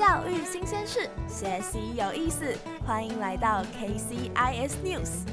教育新鲜事，学习有意思，欢迎来到 KCIS News。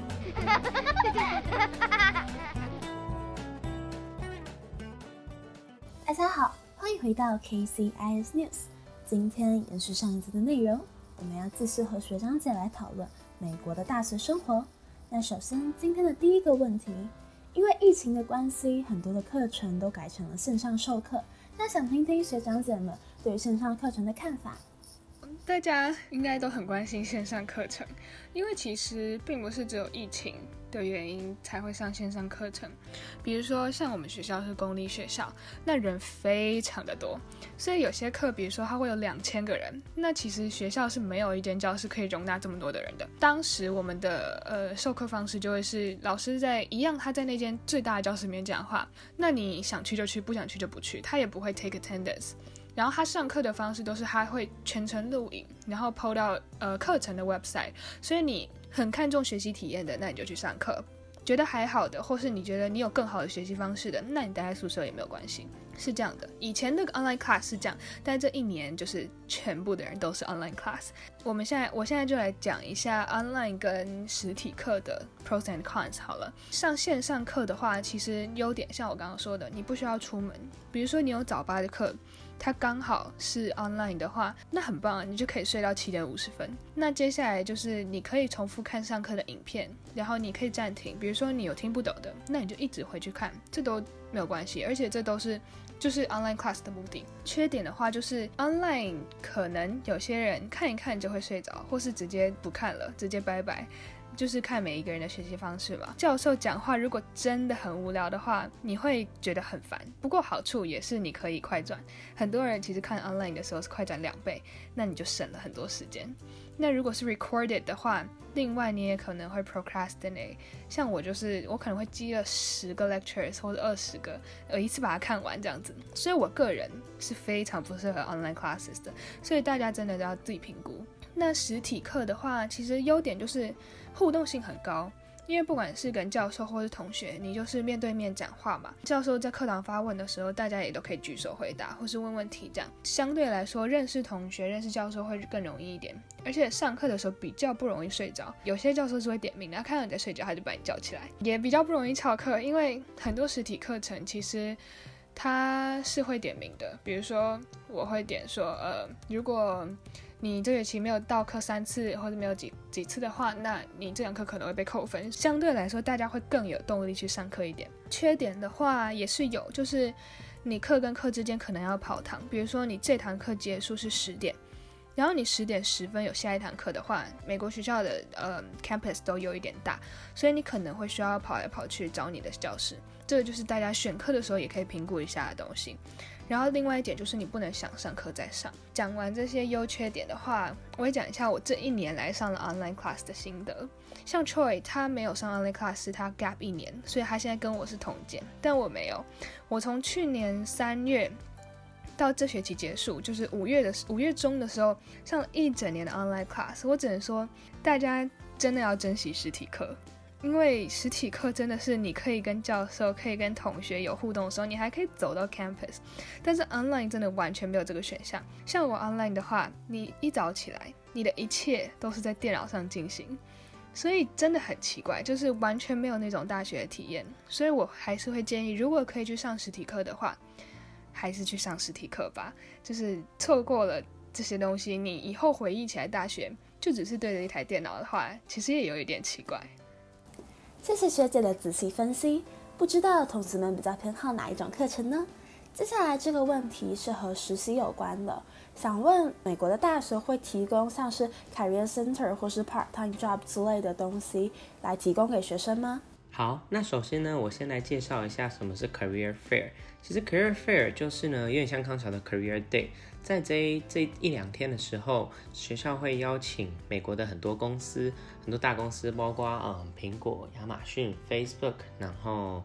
大家好，欢迎回到 KCIS News。今天延续上一集的内容，我们要继续和学长姐来讨论美国的大学生活。那首先，今天的第一个问题，因为疫情的关系，很多的课程都改成了线上授课。那想听听学长姐们对于线上课程的看法。 大家应该都很关心线上课程，因为其实并不是只有疫情的原因才会上线上课程。比如说像我们学校是公立学校，那人非常的多，所以有些课比如说它会有2000个人，那其实学校是没有一间教室可以容纳这么多的人的。当时我们的授课方式就会是老师他在那间最大的教室里面讲话，那你想去就去，不想去就不去，他也不会 take attendance。然后他上课的方式都是他会全程录影，然后 po 到课程的 website， 所以你很看重学习体验的，那你就去上课；觉得还好的，或是你觉得你有更好的学习方式的，那你待在宿舍也没有关系。是这样的，以前那个 online class 是这样，但这一年就是全部的人都是 online class。我现在就来讲一下 online 跟实体课的 pros and cons 好了。上线上课的话，其实优点像我刚刚说的，你不需要出门，比如说你有早八的课，它刚好是 online 的话，那很棒，你就可以睡到7点50分。那接下来就是你可以重复看上课的影片，然后你可以暂停，比如说你有听不懂的，那你就一直回去看，这都没有关系，而且这都是就是 online class 的目的。缺点的话就是 online 可能有些人看一看就会睡着，或是直接不看了，直接拜拜。就是看每一个人的学习方式嘛。教授讲话如果真的很无聊的话，你会觉得很烦。不过好处也是你可以快转，很多人其实看 online 的时候是快转2倍，那你就省了很多时间。那如果是 recorded 的话，另外你也可能会 procrastinate。像我可能会积了10个 lectures 或者20个，一次把它看完这样子。所以我个人是非常不适合 online classes 的，所以大家真的都要自己评估。那实体课的话，其实优点就是互动性很高，因为不管是跟教授或是同学，你就是面对面讲话嘛。教授在课堂发问的时候，大家也都可以举手回答或是问问题，这样相对来说认识同学、认识教授会更容易一点。而且上课的时候比较不容易睡着，有些教授是会点名，他看到你在睡觉，他就把你叫起来。也比较不容易翘课，因为很多实体课程其实他是会点名的。比如说我会点说如果你这学期没有到课3次或者没有几次的话，那你这堂课可能会被扣分。相对来说大家会更有动力去上课一点。缺点的话也是有，就是你课跟课之间可能要跑堂，比如说你这堂课结束是10点，然后你10点10分有下一堂课的话，美国学校的campus 都有一点大，所以你可能会需要跑来跑去找你的教室。这个就是大家选课的时候也可以评估一下的东西。然后另外一点就是你不能想上课再上。讲完这些优缺点的话，我会讲一下我这1年来上了 online class 的心得。像 Troy 他没有上 online class， 他 gap 1年，所以他现在跟我是同届，但我没有。我从去年3月到这学期结束，就是5月中的时候上了1整年的 online class。我只能说大家真的要珍惜实体课，因为实体课真的是你可以跟教授可以跟同学有互动的时候，你还可以走到 campus， 但是 online 真的完全没有这个选项。像我 online 的话，你一早起来你的一切都是在电脑上进行，所以真的很奇怪，就是完全没有那种大学的体验。所以我还是会建议，如果可以去上实体课的话，还是去上实体课吧。就是错过了这些东西，你以后回忆起来大学就只是对着一台电脑的话，其实也有一点奇怪。 谢谢学姐的仔细分析，不知道同学们比较偏好哪一种课程呢？接下来这个问题是和实习有关的，想问美国的大学会提供像是 Career Center 或是 Part-time Job 之类的东西来提供给学生吗？ 好，那首先呢，我先来介绍一下什么是 Career Fair。其实 Career Fair 就是呢，有点像康桥的 Career Day。在这1-2天的时候，学校会邀请美国的很多公司，很多大公司，包括苹果、亚马逊、Facebook， 然后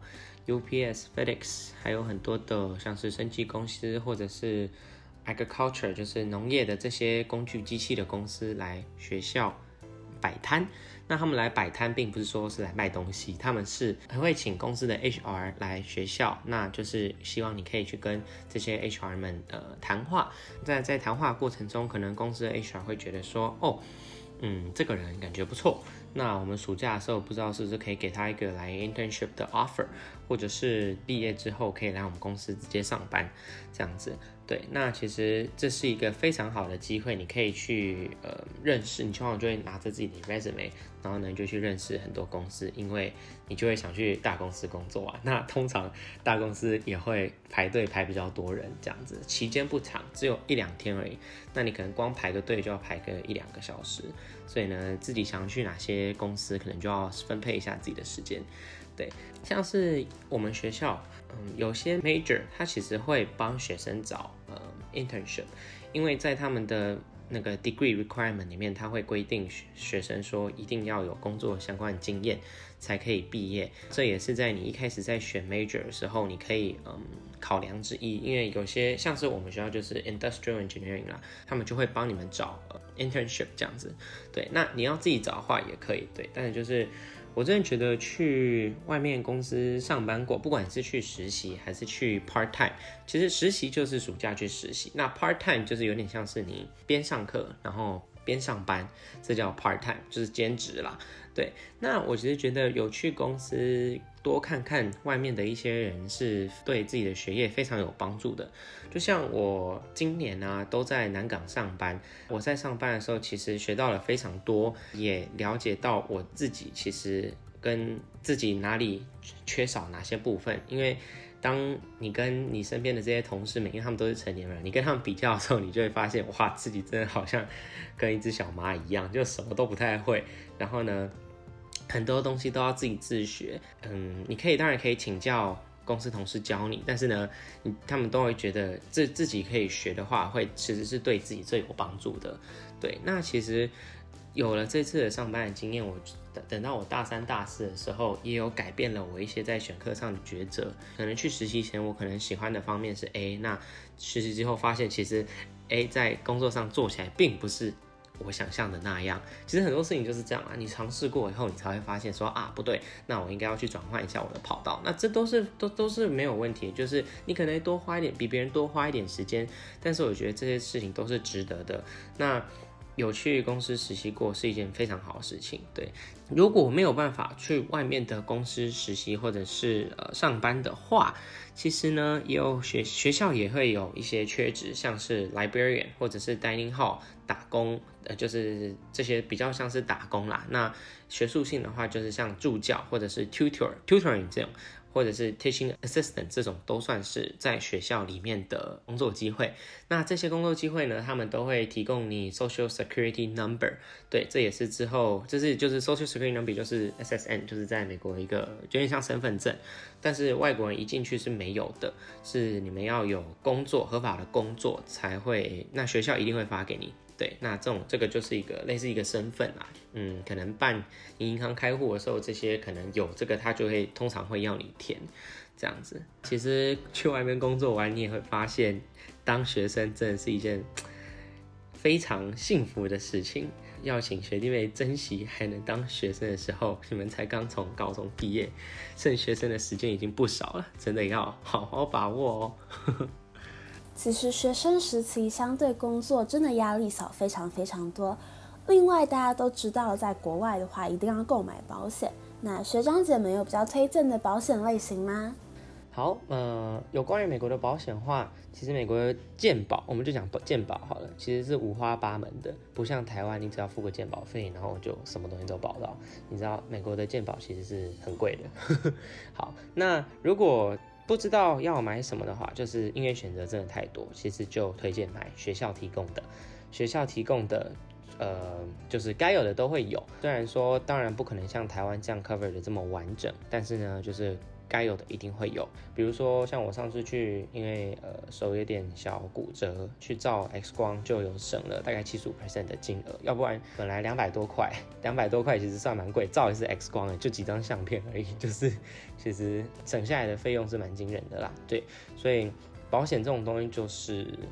UPS、FedEx， 还有很多的像是生技公司或者是 Agriculture， 就是农业的这些工具机器的公司来学校摆摊。 那他们来摆摊，并不是说是来卖东西，他们是会请公司的 HR 来学校，那就是希望你可以去跟这些 HR 们谈话。在谈话过程中，可能公司的 HR 会觉得说，这个人感觉不错，那我们暑假的时候不知道是不是可以给他一个来 internship 的 offer， 或者是毕业之后可以来我们公司直接上班这样子。对，那其实这是一个非常好的机会，你可以去认识，你通常就会拿着自己的 resume， 然后呢就去认识很多公司，因为你就会想去大公司工作啊。那通常大公司也会排队排比较多人这样子，期间不长，只有1-2天而已。那你可能光排个队就要排个1-2个小时，所以呢，自己想去哪些公司，可能就要分配一下自己的时间。对，像是我们学校，有些 major 他其实会帮学生找internship， 因为在他们的那个 degree requirement 里面，他会规定学生说一定要有工作相关的经验才可以毕业。这也是在你一开始在选 major 的时候，你可以考量之一。因为有些像是我们学校就是 industrial engineering 啦，他们就会帮你们找internship 这样子。对，那你要自己找的话也可以，对，但是就是我真的觉得去外面公司上班过，不管是去实习还是去 part time， 其实实习就是暑假去实习，那 part time 就是有点像是你边上课然后边上班，这叫 part time， 就是兼职啦。对，那我其实觉得有去公司多看看外面的一些人，是对自己的学业非常有帮助的。就像我今年啊都在南港上班，我在上班的时候其实学到了非常多，也了解到我自己其实跟自己哪里缺少哪些部分。因为当你跟你身边的这些同事们，因为他们都是成年人，你跟他们比较的时候，你就会发现哇，自己真的好像跟一只小蚂蚁一样，就什么都不太会。然后呢，很多东西都要自己自学。你当然可以请教公司同事教你，但是呢，他们都会觉得自己可以学的话，其实是对自己最有帮助的。对，那其实有了这次的上班的经验，我等到我大3、大4的时候，也有改变了我一些在选课上的抉择。可能去实习前，我可能喜欢的方面是 A， 那实习之后发现，其实 A 在工作上做起来并不是我想象的那样。其实很多事情就是这样啊，你尝试过以后，你才会发现说啊，不对，那我应该要去转换一下我的跑道。那这都是没有问题，就是你可能比别人多花一点时间，但是我觉得这些事情都是值得的。那有去公司实习过是一件非常好的事情。对，如果没有办法去外面的公司实习或者是上班的话，其实呢也有学校也会有一些缺职，像是 librarian 或者是 dining hall 打工，就是这些比较像是打工啦。那学术性的话，就是像助教或者是 tutoring 这种，或者是 teaching assistant 这种，都算是在学校里面的工作机会。那这些工作机会呢，他们都会提供你 social security number。对，这也是之后，就是 social security number 就是 SSN， 就是在美国一个有点像身份证，但是外国人一进去是没有的，是你们要有工作，合法的工作才会，那学校一定会发给你。对，那这个就是一个类似一个身份啦。可能办银行开户的时候，这些可能有这个，他就会通常会要你填这样子。其实去外面工作完，你也会发现，当学生真的是一件非常幸福的事情。要请学弟妹珍惜还能当学生的时候，你们才刚从高中毕业，剩学生的时间已经不少了，真的要好好把握哦。 其实学生时期相对工作真的压力少非常非常多。另外大家都知道，在国外的话一定要购买保险。那学长姐们有比较推荐的保险类型吗？ 好，有关于美国的保险的话，其实美国的健保，我们就讲健保好了，其实是五花八门的，不像台湾，你只要付个健保费，然后就什么东西都保到。你知道美国的健保其实是很贵的。好，那如果不知道要买什么的话，就是因为选择真的太多，其实就推荐买学校提供的。学校提供的就是该有的都会有，虽然说当然不可能像台湾这样 cover 的这么完整，但是呢，就是该有的一定会有。比如说像我上次去，因为手有点小骨折，去照 X 光就有省了大概75% 的金额，要不然本来200多块其实算蛮贵，照一次 X 光就几张相片而已，就是其实省下来的费用是蛮惊人的啦。对，所以保险这种东西就是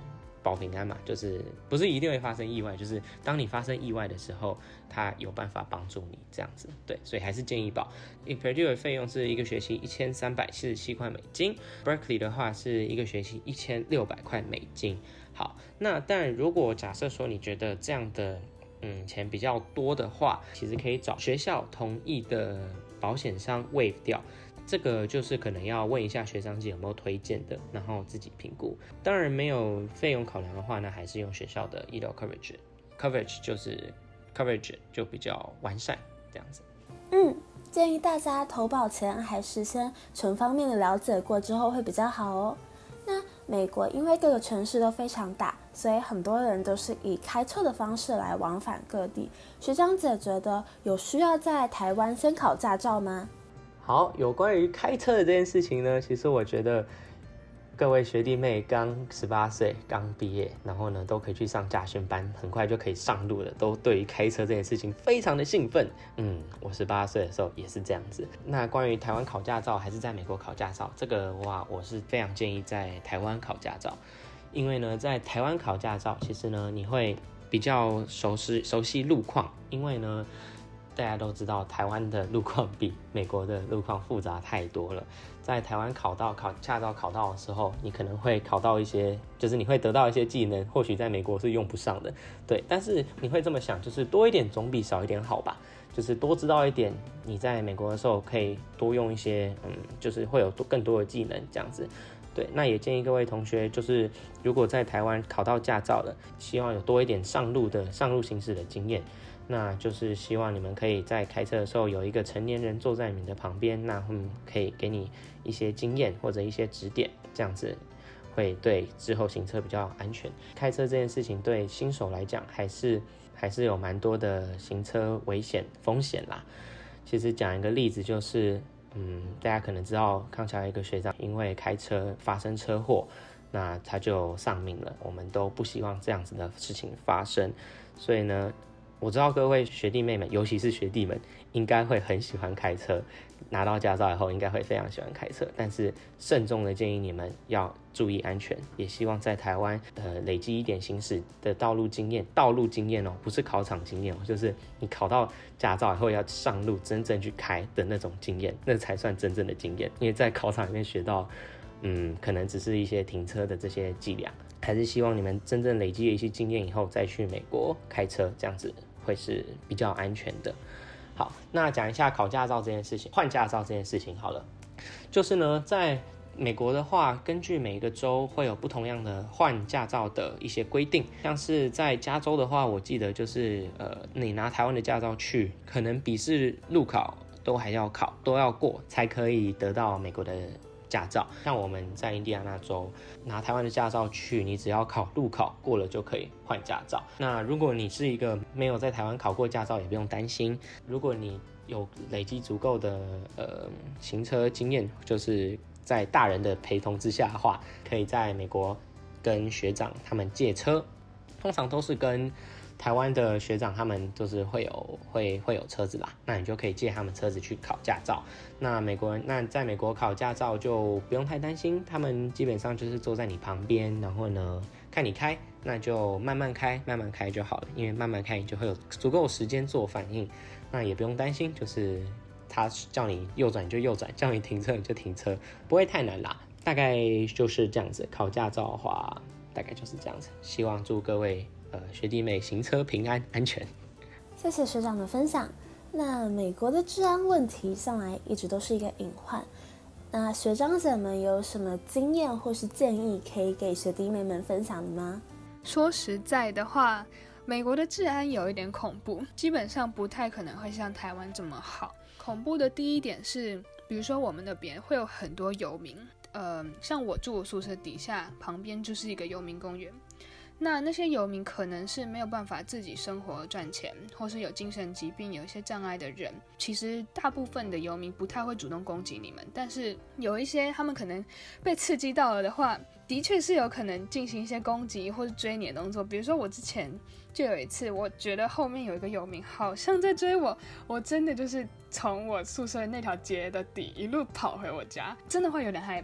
保平安嘛，就是不是一定会发生意外，就是当你发生意外的时候，他有办法帮助你这样子。对，所以还是建议保。Purdue 的费用是一个学期1347块美金 ，Berkeley 的话是一个学期1600块美金。好，那当然，如果假设说你觉得这样的钱比较多的话，其实可以找学校同意的保险商 waive 掉。这个就是可能要问一下学长姐有没有推荐的，然后自己评估。当然没有费用考量的话呢，还是用学校的医疗 coverage 就是 coverage 就比较完善这样子。 建议大家投保前还是先全方面的了解过之后会比较好哦。那美国因为各个城市都非常大，所以很多人都是以开车的方式来往返各地。学长姐觉得有需要在台湾先考驾照吗？ 好，有关于开车的这件事情呢，其实我觉得各位学弟妹刚18岁刚毕业，然后呢都可以去上驾训班，很快就可以上路了，都对于开车这件事情非常的兴奋。我18岁的时候也是这样子。那关于台湾考驾照还是在美国考驾照，这个我是非常建议在台湾考驾照，因为呢在台湾考驾照，其实呢你会比较熟悉路况，因为呢大家都知道台湾的路况比美国的路况复杂太多了。在台湾考驾照考到的时候，你可能会考到一些，就是你会得到一些技能，或许在美国是用不上的，对。但是你会这么想，就是多一点总比少一点好吧？就是多知道一点，你在美国的时候可以多用一些，就是会有更多的技能这样子。对，那也建议各位同学，就是如果在台湾考到驾照了，希望有多一点上路行驶的经验。那就是希望你们可以在开车的时候有一个成年人坐在你们的旁边，那可以给你一些经验或者一些指点，这样子会对之后行车比较安全。开车这件事情对新手来讲还是有蛮多的行车风险啦。其实讲一个例子就是，大家可能知道康桥有一个学长因为开车发生车祸，那他就丧命了。我们都不希望这样子的事情发生，所以呢，我知道各位学弟妹们，尤其是学弟们，应该会很喜欢开车，拿到驾照以后应该会非常喜欢开车，但是慎重的建议你们要注意安全，也希望在台湾累积一点行驶的道路经验哦，不是考场经验哦，就是你考到驾照以后要上路真正去开的那种经验，那才算真正的经验。因为在考场里面学到可能只是一些停车的这些伎俩，还是希望你们真正累积了一些经验以后再去美国开车，这样子会是比较安全的。好，那讲一下考驾照这件事情，换驾照这件事情好了。就是呢，在美国的话，根据每个州会有不同样的换驾照的一些规定。像是在加州的话，我记得就是你拿台湾的驾照去，可能笔试、路考都要过，才可以得到美国的驾照。像我们在印第安纳州拿台湾的驾照去，你只要考路考过了就可以换驾照。那如果你是一个没有在台湾考过驾照，也不用担心。如果你有累积足够的行车经验，就是在大人的陪同之下的话，可以在美国跟学长他们借车，通常都是跟台湾的学长他们就是会有车子啦，那你就可以借他们车子去考驾照。那在美国考驾照就不用太担心，他们基本上就是坐在你旁边，然后呢看你开，那就慢慢开就好了，因为慢慢开你就会有足够时间做反应，那也不用担心，就是他叫你右转你就右转，叫你停车你就停车，不会太难啦。大概就是这样子，考驾照的话大概就是这样子。希望祝各位学弟妹行车平安安全。 谢谢学长的分享。那美国的治安问题向来一直都是一个隐患，那学长姐们有什么经验或是建议可以给学弟妹们分享的吗？ 说实在的话，美国的治安有一点恐怖，基本上不太可能会像台湾这么好。恐怖的第一点是，比如说我们那边会有很多游民，像我住的宿舍底下旁边就是一个游民公园。那些游民可能是没有办法自己生活赚钱，或是有精神疾病、有一些障碍的人。其实大部分的游民不太会主动攻击你们，但是有一些他们可能被刺激到了的话，的确是有可能进行一些攻击或是追你的动作。比如说我之前就有一次，我觉得后面有一个游民好像在追我，我真的就是从我宿舍那条街的底一路跑回我家，真的会有点害怕。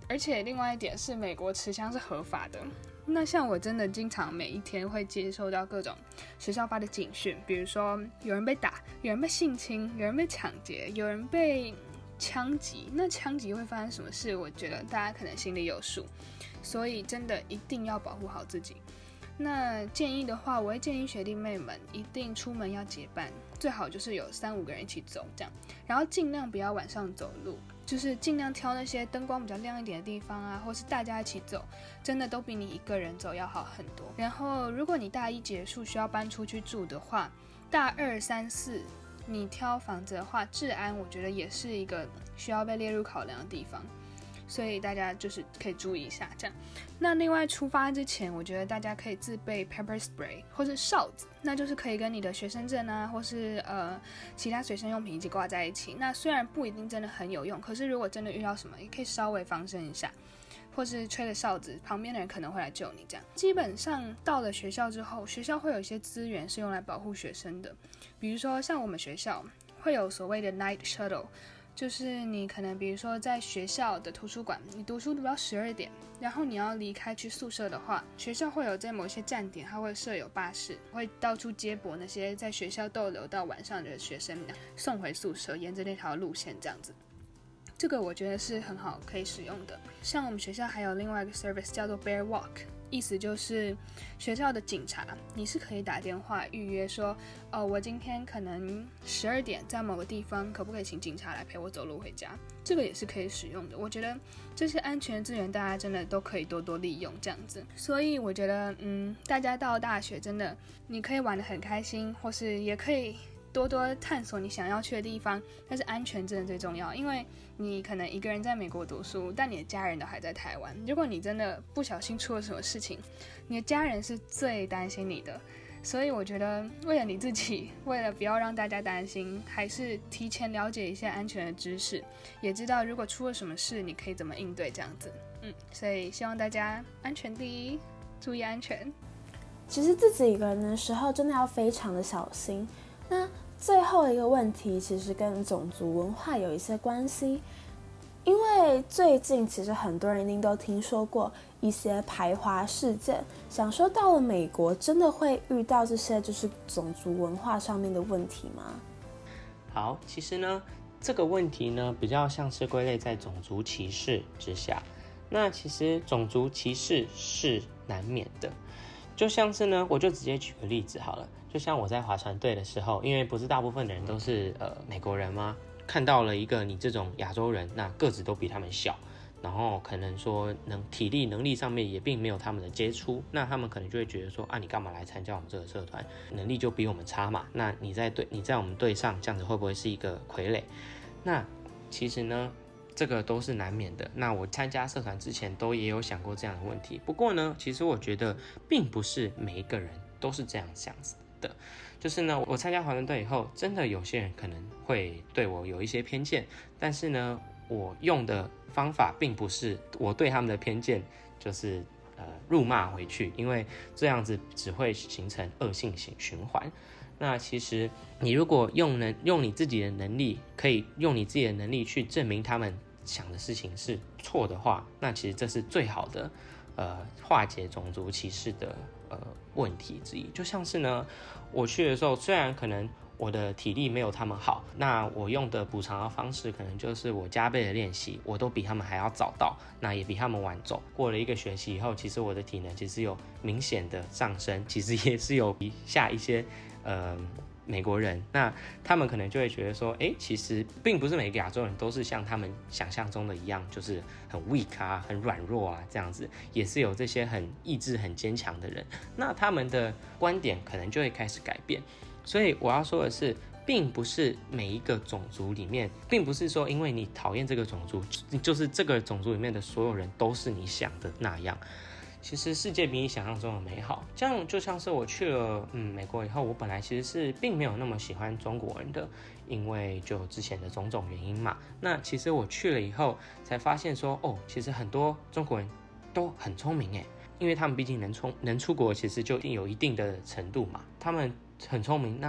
而且另外一点是美国持枪是合法的。那像我真的经常每一天会接收到各种学校发的警讯，比如说有人被打，有人被性侵，有人被抢劫，有人被枪击。那枪击会发生什么事，我觉得大家可能心里有数，所以真的一定要保护好自己。那建议的话，我会建议学弟妹们一定出门要结伴，最好就是有3-5个人一起走这样，然后尽量不要晚上走路，就是尽量挑那些灯光比较亮一点的地方啊，或是大家一起走，真的都比你一个人走要好很多。然后如果你大1结束需要搬出去住的话，大2、3、4你挑房子的话，治安我觉得也是一个需要被列入考量的地方，所以大家就是可以注意一下这样。那另外出发之前，我觉得大家可以自备 pepper spray 或是哨子，那就是可以跟你的学生证啊，或是其他随身用品一起挂在一起。那虽然不一定真的很有用，可是如果真的遇到什么，也可以稍微防身一下，或是吹个哨子，旁边的人可能会来救你这样。基本上到了学校之后，学校会有一些资源是用来保护学生的，比如说像我们学校会有所谓的 night shuttle，就是你可能比如说在学校的图书馆，你读书读到12点，然后你要离开去宿舍的话，学校会有在某些站点，它会设有巴士，会到处接驳那些在学校逗留到晚上的学生，送回宿舍，沿着那条路线这样子。这个我觉得是很好可以使用的。像我们学校还有另外一个 service 叫做 Bear Walk， 意思就是学校的警察，你是可以打电话预约说，我今天可能12点在某个地方，可不可以请警察来陪我走路回家？这个也是可以使用的。我觉得这些安全资源大家真的都可以多多利用这样子。所以我觉得大家到大学真的你可以玩得很开心，或是也可以多多探索你想要去的地方，但是安全真的最重要。因为你可能一个人在美国读书，但你的家人都还在台湾，如果你真的不小心出了什么事情，你的家人是最担心你的。所以我觉得为了你自己，为了不要让大家担心，还是提前了解一些安全的知识，也知道如果出了什么事你可以怎么应对这样子。所以希望大家安全第一，注意安全。 其实自己一个人的时候真的要非常的小心。那最后一个问题其实跟种族文化有一些关系，因为最近其实很多人一定都听说过一些排华事件，想说到了美国真的会遇到这些就是种族文化上面的问题吗？ 好，其实呢这个问题呢比较像是归类在种族歧视之下。那其实种族歧视是难免的，就像是呢我就直接举个例子好了，就像我在划船队的时候，因为不是大部分的人都是美国人吗？看到了一个你这种亚洲人，那个子都比他们小，然后可能说体力能力上面也并没有他们的杰出，那他们可能就会觉得说啊，你干嘛来参加我们这个社团？能力就比我们差嘛？那你在我们队上这样子会不会是一个傀儡？那其实呢，这个都是难免的。那我参加社团之前也有想过这样的问题。不过呢，其实我觉得并不是每一个人都是这样想的。就是呢，我参加滑轮队以后，真的有些人可能会对我有一些偏见，但是呢，我用的方法并不是我对他们的偏见就是辱骂回去，因为这样子只会形成恶性循环。那其实你如果用你自己的能力，可以用你自己的能力去证明他们想的事情是错的话，那其实这是最好的化解种族歧视的问题之一。就像是呢，我去的时候，虽然可能我的体力没有他们好，那我用的补偿的方式可能就是我加倍的练习，我都比他们还要早到，那也比他们晚走。过了1个学期以后，其实我的体能其实有明显的上升，其实也是有比下一些美国人，那他们可能就会觉得说，其实并不是每个亚洲人都是像他们想象中的一样，就是很 weak 啊，很软弱啊这样子，也是有这些很意志很坚强的人。那他们的观点可能就会开始改变。所以我要说的是，并不是每一个种族里面，并不是说因为你讨厌这个种族，就是这个种族里面的所有人都是你想的那样。其实世界比你想象中的美好，这样就像是我去了美国以后，我本来其实是并没有那么喜欢中国人的，因为就之前的种种原因嘛。那其实我去了以后才发现说，其实很多中国人都很聪明因为他们毕竟能出国，其实就一定有一定的程度嘛，他们很聪明。那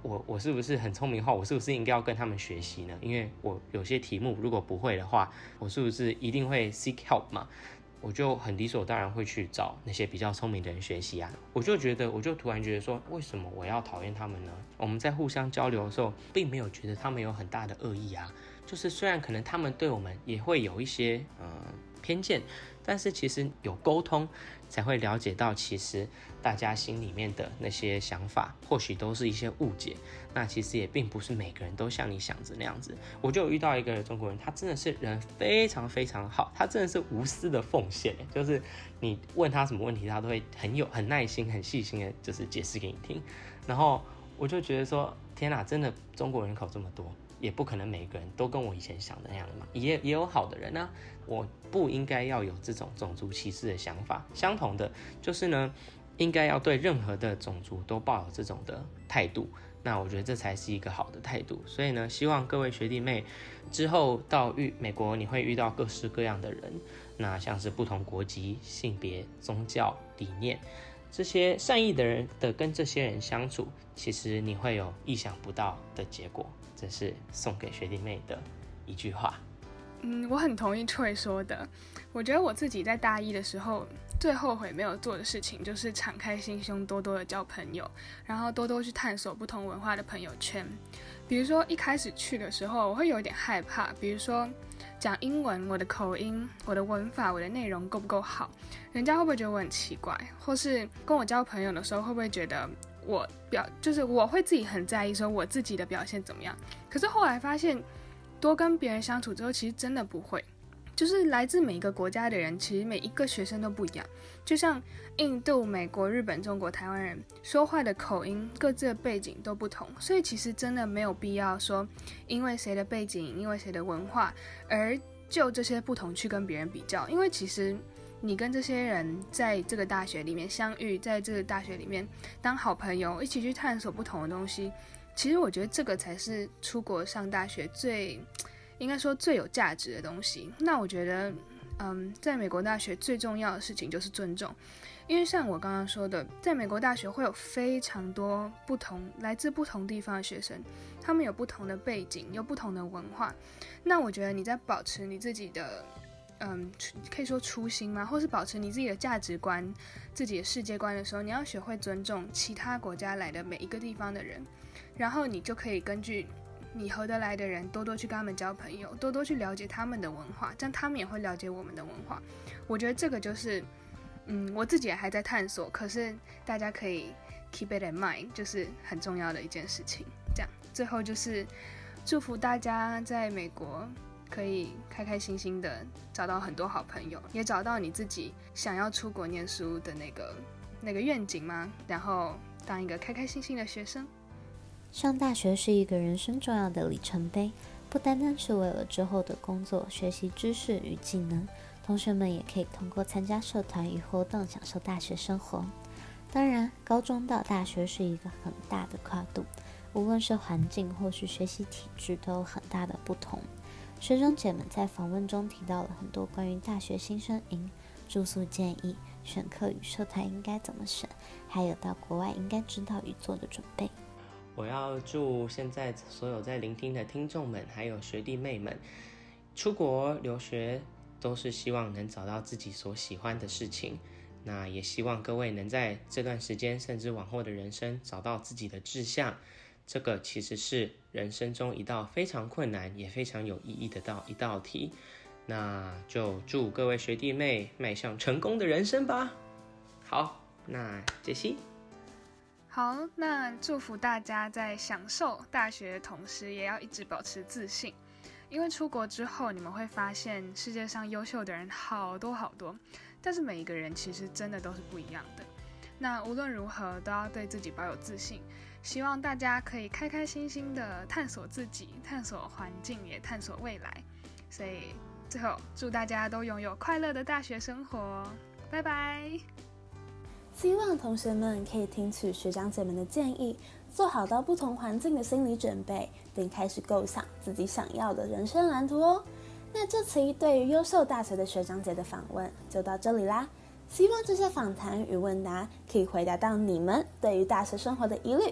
我是不是很聪明的话，我是不是应该要跟他们学习呢？因为我有些题目如果不会的话，我是不是一定会 seek help 嘛？我就很理所当然会去找那些比较聪明的人学习啊。我就突然觉得说，为什么我要讨厌他们呢？我们在互相交流的时候，并没有觉得他们有很大的恶意啊。就是虽然可能他们对我们也会有一些偏见，但是其实有沟通才会了解到，其实大家心里面的那些想法，或许都是一些误解。那其实也并不是每个人都像你想着那样子。我就有遇到一个中国人，他真的是人非常非常好，他真的是无私的奉献，就是你问他什么问题，他都会很耐心、很细心的，就是解释给你听。然后我就觉得说，天哪，真的中国人口这么多。也不可能每个人都跟我以前想的那样的嘛，也有好的人啊，我不应该要有这种种族歧视的想法。相同的就是呢，应该要对任何的种族都抱有这种的态度，那我觉得这才是一个好的态度。所以呢，希望各位学弟妹之后到美国，你会遇到各式各样的人，那像是不同国籍、性别、宗教、理念，这些善意的人的跟这些人相处，其实你会有意想不到的结果。这是送给学弟妹的一句话。 我很同意Troy说的。我觉得我自己在大一的时候最后悔没有做的事情，就是敞开心胸，多多的交朋友，然后多多去探索不同文化的朋友圈。比如说一开始去的时候，我会有点害怕，比如说讲英文，我的口音、我的文法、我的内容够不够好，人家会不会觉得我很奇怪，或是跟我交朋友的时候会不会觉得就是我会自己很在意说我自己的表现怎么样。可是后来发现，多跟别人相处之后，其实真的不会。就是来自每一个国家的人，其实每一个学生都不一样。就像印度、美国、日本、中国、台湾人说话的口音，各自的背景都不同，所以其实真的没有必要说因为谁的背景、因为谁的文化而就这些不同去跟别人比较。因为其实你跟这些人在这个大学里面相遇，在这个大学里面当好朋友，一起去探索不同的东西，其实我觉得这个才是出国上大学应该说最有价值的东西。那我觉得在美国大学最重要的事情就是尊重。因为像我刚刚说的，在美国大学会有非常多来自不同地方的学生，他们有不同的背景，有不同的文化。那我觉得你在保持你自己的可以说初心吗？或是保持你自己的价值观、自己的世界观的时候，你要学会尊重其他国家来的每一个地方的人，然后你就可以根据你合得来的人，多多去跟他们交朋友，多多去了解他们的文化，这样他们也会了解我们的文化。我觉得这个就是我自己也还在探索，可是大家可以 keep it in mind， 就是很重要的一件事情。这样最后就是祝福大家在美国可以开开心心的找到很多好朋友，也找到你自己想要出国念书的那个愿景吗？然后当一个开开心心的学生。 上大学是一个人生重要的里程碑，不单单是为了之后的工作学习知识与技能，同学们也可以通过参加社团与活动享受大学生活。当然，高中到大学是一个很大的跨度，无论是环境或是学习体制都有很大的不同。学长姐们在访问中提到了很多关于大学新生营、住宿建议、选课与社团应该怎么选，还有到国外应该知道与做的准备。 我要祝现在所有在聆听的听众们，还有学弟妹们，出国留学都是希望能找到自己所喜欢的事情。那也希望各位能在这段时间，甚至往后的人生，找到自己的志向。这个其实是人生中一道非常困难，也非常有意义的一道题。那就祝各位学弟妹迈向成功的人生吧。好，那杰西。 好，那祝福大家在享受大学的同时，也要一直保持自信。因为出国之后，你们会发现世界上优秀的人好多好多，但是每一个人其实真的都是不一样的。那无论如何，都要对自己保有自信。希望大家可以开开心心的探索自己，探索环境，也探索未来。所以最后，祝大家都拥有快乐的大学生活。拜拜。 希望同学们可以听取学长姐们的建议，做好到不同环境的心理准备，并开始构想自己想要的人生蓝图哦。那这期对于优秀大学的学长姐的访问就到这里啦。希望这些访谈与问答可以回答到你们对于大学生活的疑虑。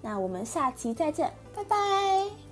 那我们下期再见，拜拜。